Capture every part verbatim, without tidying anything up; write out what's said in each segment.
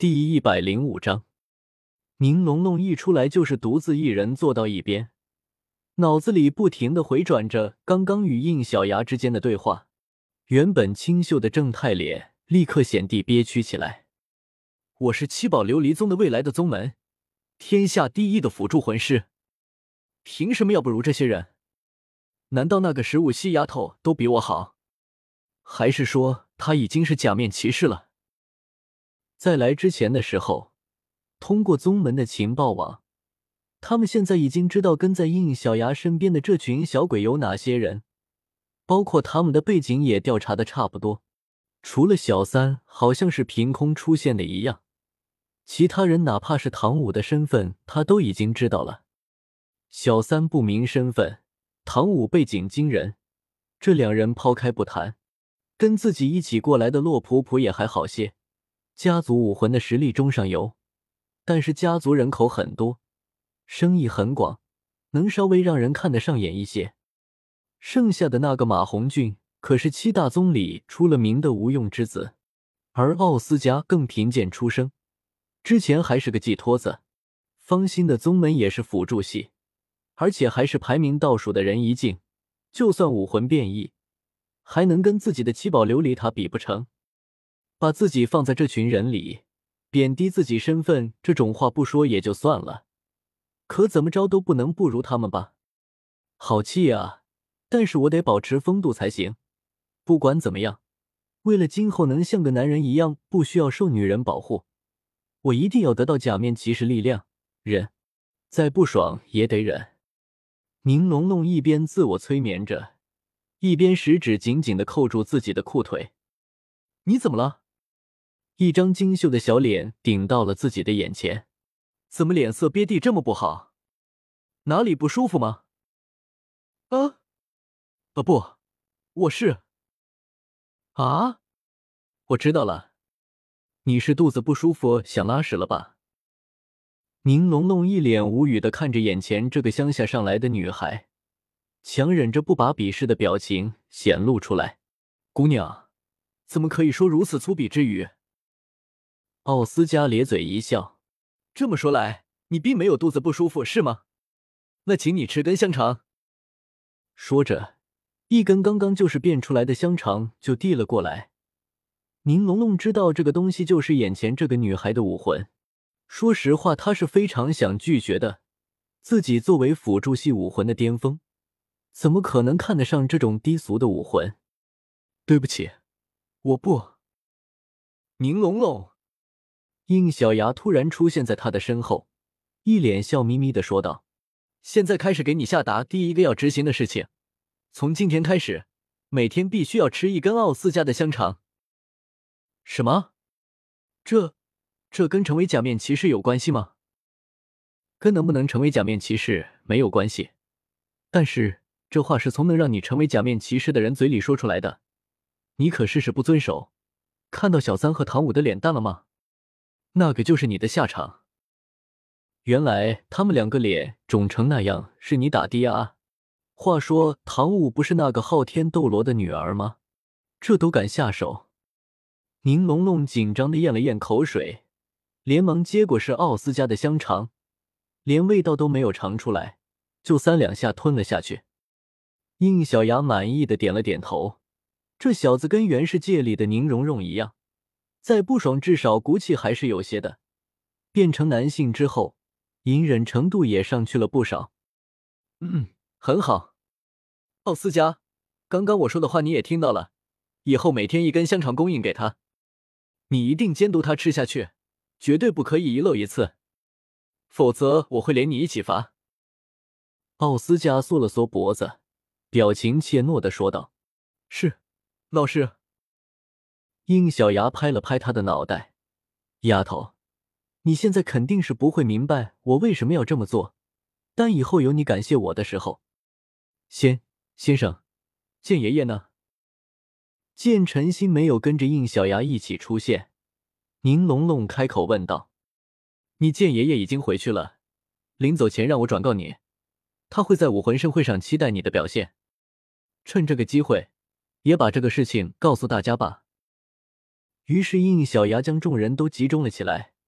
第一百零五章，宁龙龙一出来就是独自一人坐到一边，脑子里不停地回转着刚刚与应小牙之间的对话，原本清秀的正太脸立刻显地憋屈起来。我是七宝琉璃宗的未来的宗门，天下第一的辅助魂师，凭什么要不如这些人？难道那个十五系丫头都比我好？还是说她已经是假面骑士了？在来之前的时候，通过宗门的情报网，他们现在已经知道跟在应小牙身边的这群小鬼有哪些人，包括他们的背景也调查的差不多。除了小三好像是凭空出现的一样，其他人哪怕是唐武的身份他都已经知道了。小三不明身份，唐武背景惊人，这两人抛开不谈，跟自己一起过来的洛普普也还好些，家族武魂的实力中上游，但是家族人口很多，生意很广，能稍微让人看得上眼一些。剩下的那个马红俊可是七大宗里出了名的无用之子，而奥斯家更贫贱出身，之前还是个寄托子。方心的宗门也是辅助系，而且还是排名倒数的人一境，就算武魂变异，还能跟自己的七宝琉璃塔比不成？把自己放在这群人里，贬低自己身份这种话不说也就算了，可怎么着都不能不如他们吧？好气啊！但是我得保持风度才行。不管怎么样，为了今后能像个男人一样不需要受女人保护，我一定要得到假面骑士力量，忍，再不爽也得忍。宁龙龙一边自我催眠着，一边食指紧紧地扣住自己的裤腿。你怎么了？一张精秀的小脸顶到了自己的眼前，怎么脸色憋地这么不好？哪里不舒服吗？啊？啊不，我是……啊？我知道了，你是肚子不舒服想拉屎了吧？宁龙龙一脸无语地看着眼前这个乡下上来的女孩，强忍着不把鄙视的表情显露出来。姑娘，怎么可以说如此粗鄙之语？奥斯加咧嘴一笑，这么说来，你并没有肚子不舒服是吗？那请你吃根香肠。说着，一根刚刚就是变出来的香肠就递了过来。宁龙龙知道这个东西就是眼前这个女孩的武魂，说实话他是非常想拒绝的，自己作为辅助系武魂的巅峰，怎么可能看得上这种低俗的武魂？对不起，我不。宁龙龙。应小牙突然出现在他的身后，一脸笑眯眯地说道：现在开始给你下达第一个要执行的事情，从今天开始，每天必须要吃一根奥斯家的香肠。什么？这这跟成为假面骑士有关系吗？跟能不能成为假面骑士没有关系，但是这话是从能让你成为假面骑士的人嘴里说出来的，你可试试不遵守，看到小三和唐武的脸蛋了吗？那个就是你的下场。原来他们两个脸肿成那样是你打的啊？话说唐武不是那个昊天斗罗的女儿吗？这都敢下手？宁龙龙紧张地咽了咽口水，连忙接过是奥斯家的香肠，连味道都没有尝出来，就三两下吞了下去。应小牙满意的点了点头，这小子跟原世界里的宁荣荣一样，再不爽至少骨气还是有些的，变成男性之后隐忍程度也上去了不少。嗯，很好。奥斯加，刚刚我说的话你也听到了，以后每天一根香肠供应给他，你一定监督他吃下去，绝对不可以遗漏一次，否则我会连你一起罚。奥斯加缩了缩脖子，表情怯懦地说道：是，老师。应小牙拍了拍他的脑袋，丫头，你现在肯定是不会明白我为什么要这么做，但以后有你感谢我的时候。先先生，剑爷爷呢？见陈心没有跟着应小牙一起出现，宁龙龙开口问道：你剑爷爷已经回去了，临走前让我转告你，他会在武魂盛会上期待你的表现，趁这个机会也把这个事情告诉大家吧。于是应小牙将众人都集中了起来，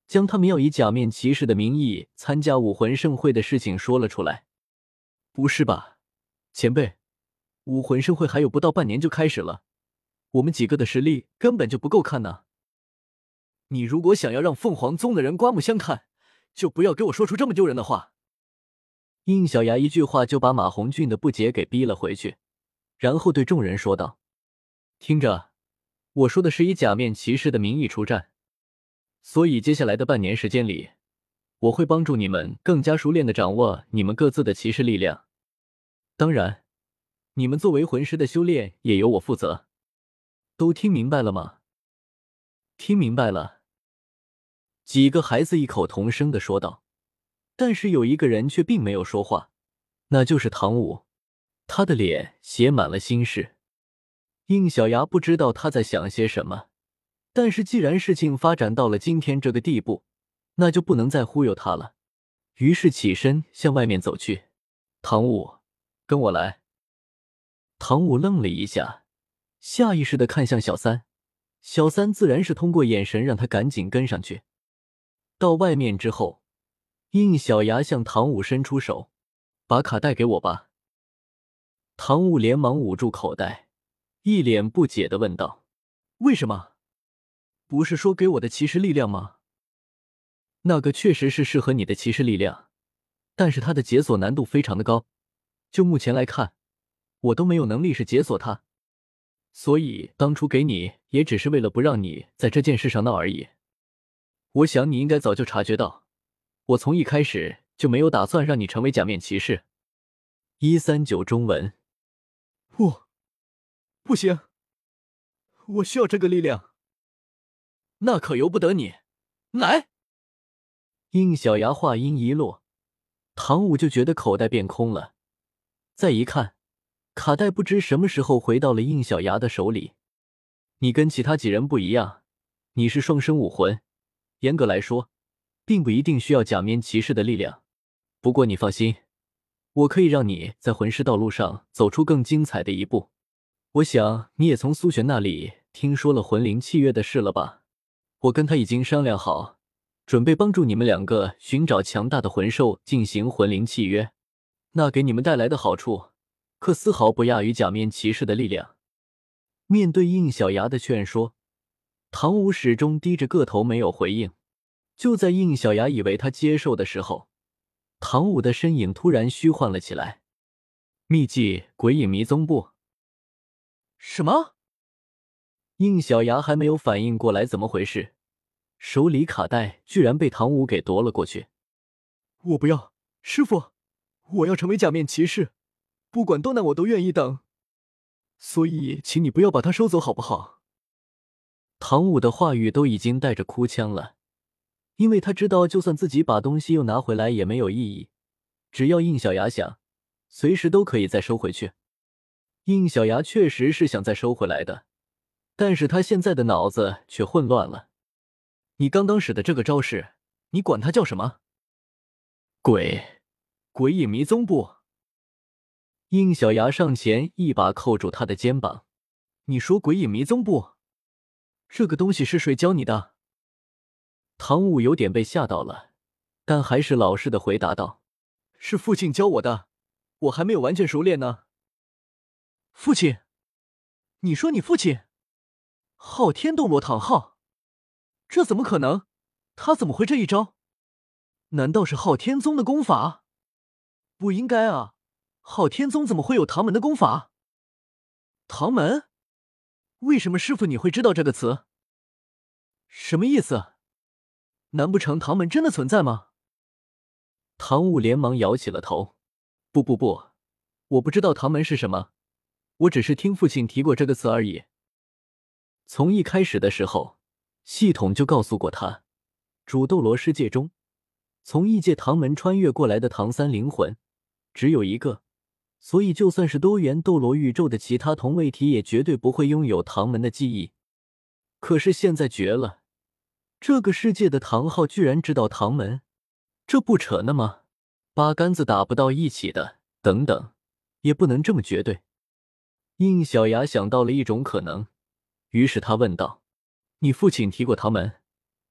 将他们要以假面骑士的名义参加武魂盛会的事情说了出来。不是吧，前辈，武魂盛会还有不到半年就开始了，我们几个的实力根本就不够看呢。你如果想要让凤凰宗的人刮目相看，就不要给我说出这么丢人的话。应小牙一句话就把马红俊的不解给逼了回去，然后对众人说道：听着，我说的是以假面骑士的名义出战，所以接下来的半年时间里，我会帮助你们更加熟练地掌握你们各自的骑士力量。当然，你们作为魂师的修炼也由我负责。都听明白了吗？听明白了。几个孩子异口同声地说道，但是有一个人却并没有说话，那就是唐舞。他的脸写满了心事。应小牙不知道他在想些什么，但是既然事情发展到了今天这个地步，那就不能再忽悠他了。于是起身向外面走去。唐舞，跟我来。唐舞愣了一下，下意识地看向小三，小三自然是通过眼神让他赶紧跟上去。到外面之后，应小牙向唐舞伸出手，把卡带给我吧。唐舞连忙捂住口袋，一脸不解地问道：为什么？不是说给我的骑士力量吗？那个确实是适合你的骑士力量，但是它的解锁难度非常的高，就目前来看，我都没有能力是解锁它，所以当初给你也只是为了不让你在这件事上闹而已。我想你应该早就察觉到，我从一开始就没有打算让你成为假面骑士。一三九中文。不，不行，我需要这个力量。那可由不得你，来！应小牙话音一落，唐舞就觉得口袋变空了，再一看，卡带不知什么时候回到了应小牙的手里。你跟其他几人不一样，你是双生武魂，严格来说，并不一定需要假面骑士的力量。不过你放心，我可以让你在魂师道路上走出更精彩的一步。我想你也从苏璇那里听说了魂灵契约的事了吧？我跟他已经商量好，准备帮助你们两个寻找强大的魂兽进行魂灵契约，那给你们带来的好处可丝毫不亚于假面骑士的力量。面对应小牙的劝说，唐舞始终低着个头没有回应。就在应小牙以为他接受的时候，唐舞的身影突然虚幻了起来。秘技鬼影迷踪步。什么？应小牙还没有反应过来怎么回事，手里卡带居然被唐舞给夺了过去。我不要，师父，我要成为假面骑士，不管多难我都愿意等，所以请你不要把它收走好不好？唐舞的话语都已经带着哭腔了，因为他知道就算自己把东西又拿回来也没有意义，只要应小牙想，随时都可以再收回去。应小牙确实是想再收回来的，但是他现在的脑子却混乱了。你刚刚使的这个招式，你管它叫什么？鬼鬼影迷踪步。应小牙上前一把扣住他的肩膀。你说鬼影迷踪步？这个东西是谁教你的？唐舞有点被吓到了，但还是老实的回答道：是父亲教我的，我还没有完全熟练呢。父亲？你说你父亲？昊天斗罗唐昊？这怎么可能？他怎么会这一招？难道是昊天宗的功法？不应该啊，昊天宗怎么会有唐门的功法？唐门？为什么师父你会知道这个词？什么意思？难不成唐门真的存在吗？唐舞连忙摇起了头。不不不，我不知道唐门是什么，我只是听父亲提过这个词而已。从一开始的时候，系统就告诉过他，主斗罗世界中，从异界唐门穿越过来的唐三灵魂只有一个，所以就算是多元斗罗宇宙的其他同位体也绝对不会拥有唐门的记忆。可是现在绝了，这个世界的唐昊居然知道唐门，这不扯呢吗？八竿子打不到一起的，等等，也不能这么绝对。应小牙想到了一种可能，于是他问道：你父亲提过唐门，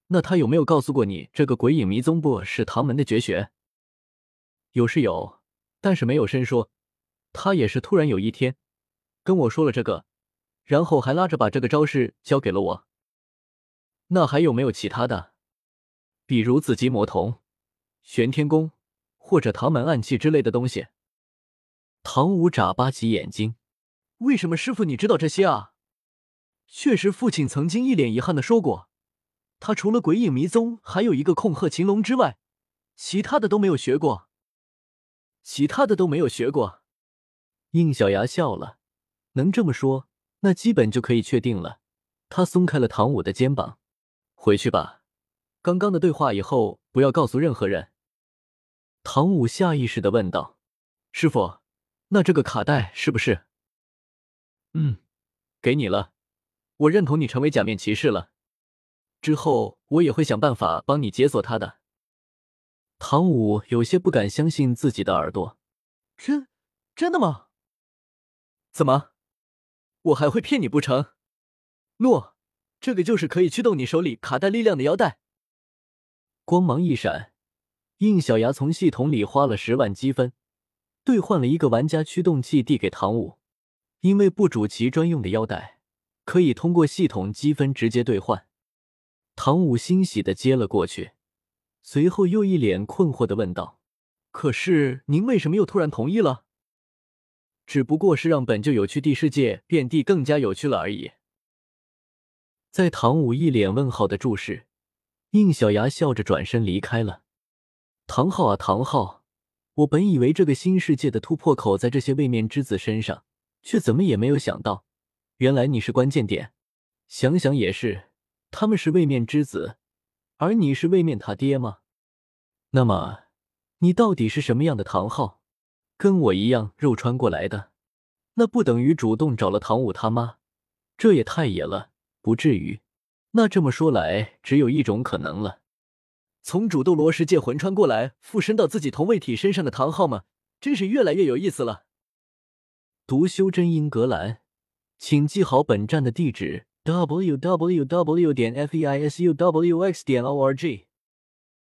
那他有没有告诉过你，这个鬼影迷踪步是唐门的绝学？有是有，但是没有深说。他也是突然有一天跟我说了这个，然后还拉着把这个招式交给了我。那还有没有其他的？比如紫极魔瞳、玄天功或者唐门暗器之类的东西？唐武眨巴起眼睛，为什么师父你知道这些啊？确实父亲曾经一脸遗憾地说过，他除了鬼影迷踪还有一个控鹤擒龙之外，其他的都没有学过。其他的都没有学过。应小牙笑了，能这么说，那基本就可以确定了。他松开了唐武的肩膀，回去吧，刚刚的对话以后不要告诉任何人。唐武下意识地问道：师父，那这个卡带是不是？嗯，给你了，我认同你成为假面骑士了。之后我也会想办法帮你解锁它的。唐武有些不敢相信自己的耳朵，真真的吗？怎么，我还会骗你不成？诺，这个就是可以驱动你手里卡带力量的腰带。光芒一闪，应小牙从系统里花了十万积分，兑换了一个玩家驱动器递给唐武。因为不主其专用的腰带，可以通过系统积分直接兑换。唐武欣喜地接了过去，随后又一脸困惑地问道：可是您为什么又突然同意了？只不过是让本就有趣地世界变得更加有趣了而已。在唐武一脸问号的注视，应小牙笑着转身离开了。唐昊啊唐昊，我本以为这个新世界的突破口在这些位面之子身上，却怎么也没有想到，原来你是关键点。想想也是，他们是位面之子，而你是位面他爹吗？那么你到底是什么样的唐昊？跟我一样肉穿过来的，那不等于主动找了唐武他妈，这也太野了，不至于。那这么说来，只有一种可能了，从主斗罗世界魂穿过来附身到自己同位体身上的唐昊吗？真是越来越有意思了。读修真英格兰，请记好本站的地址 ：double u double u double u 点 f e i s u w x 点 o r g。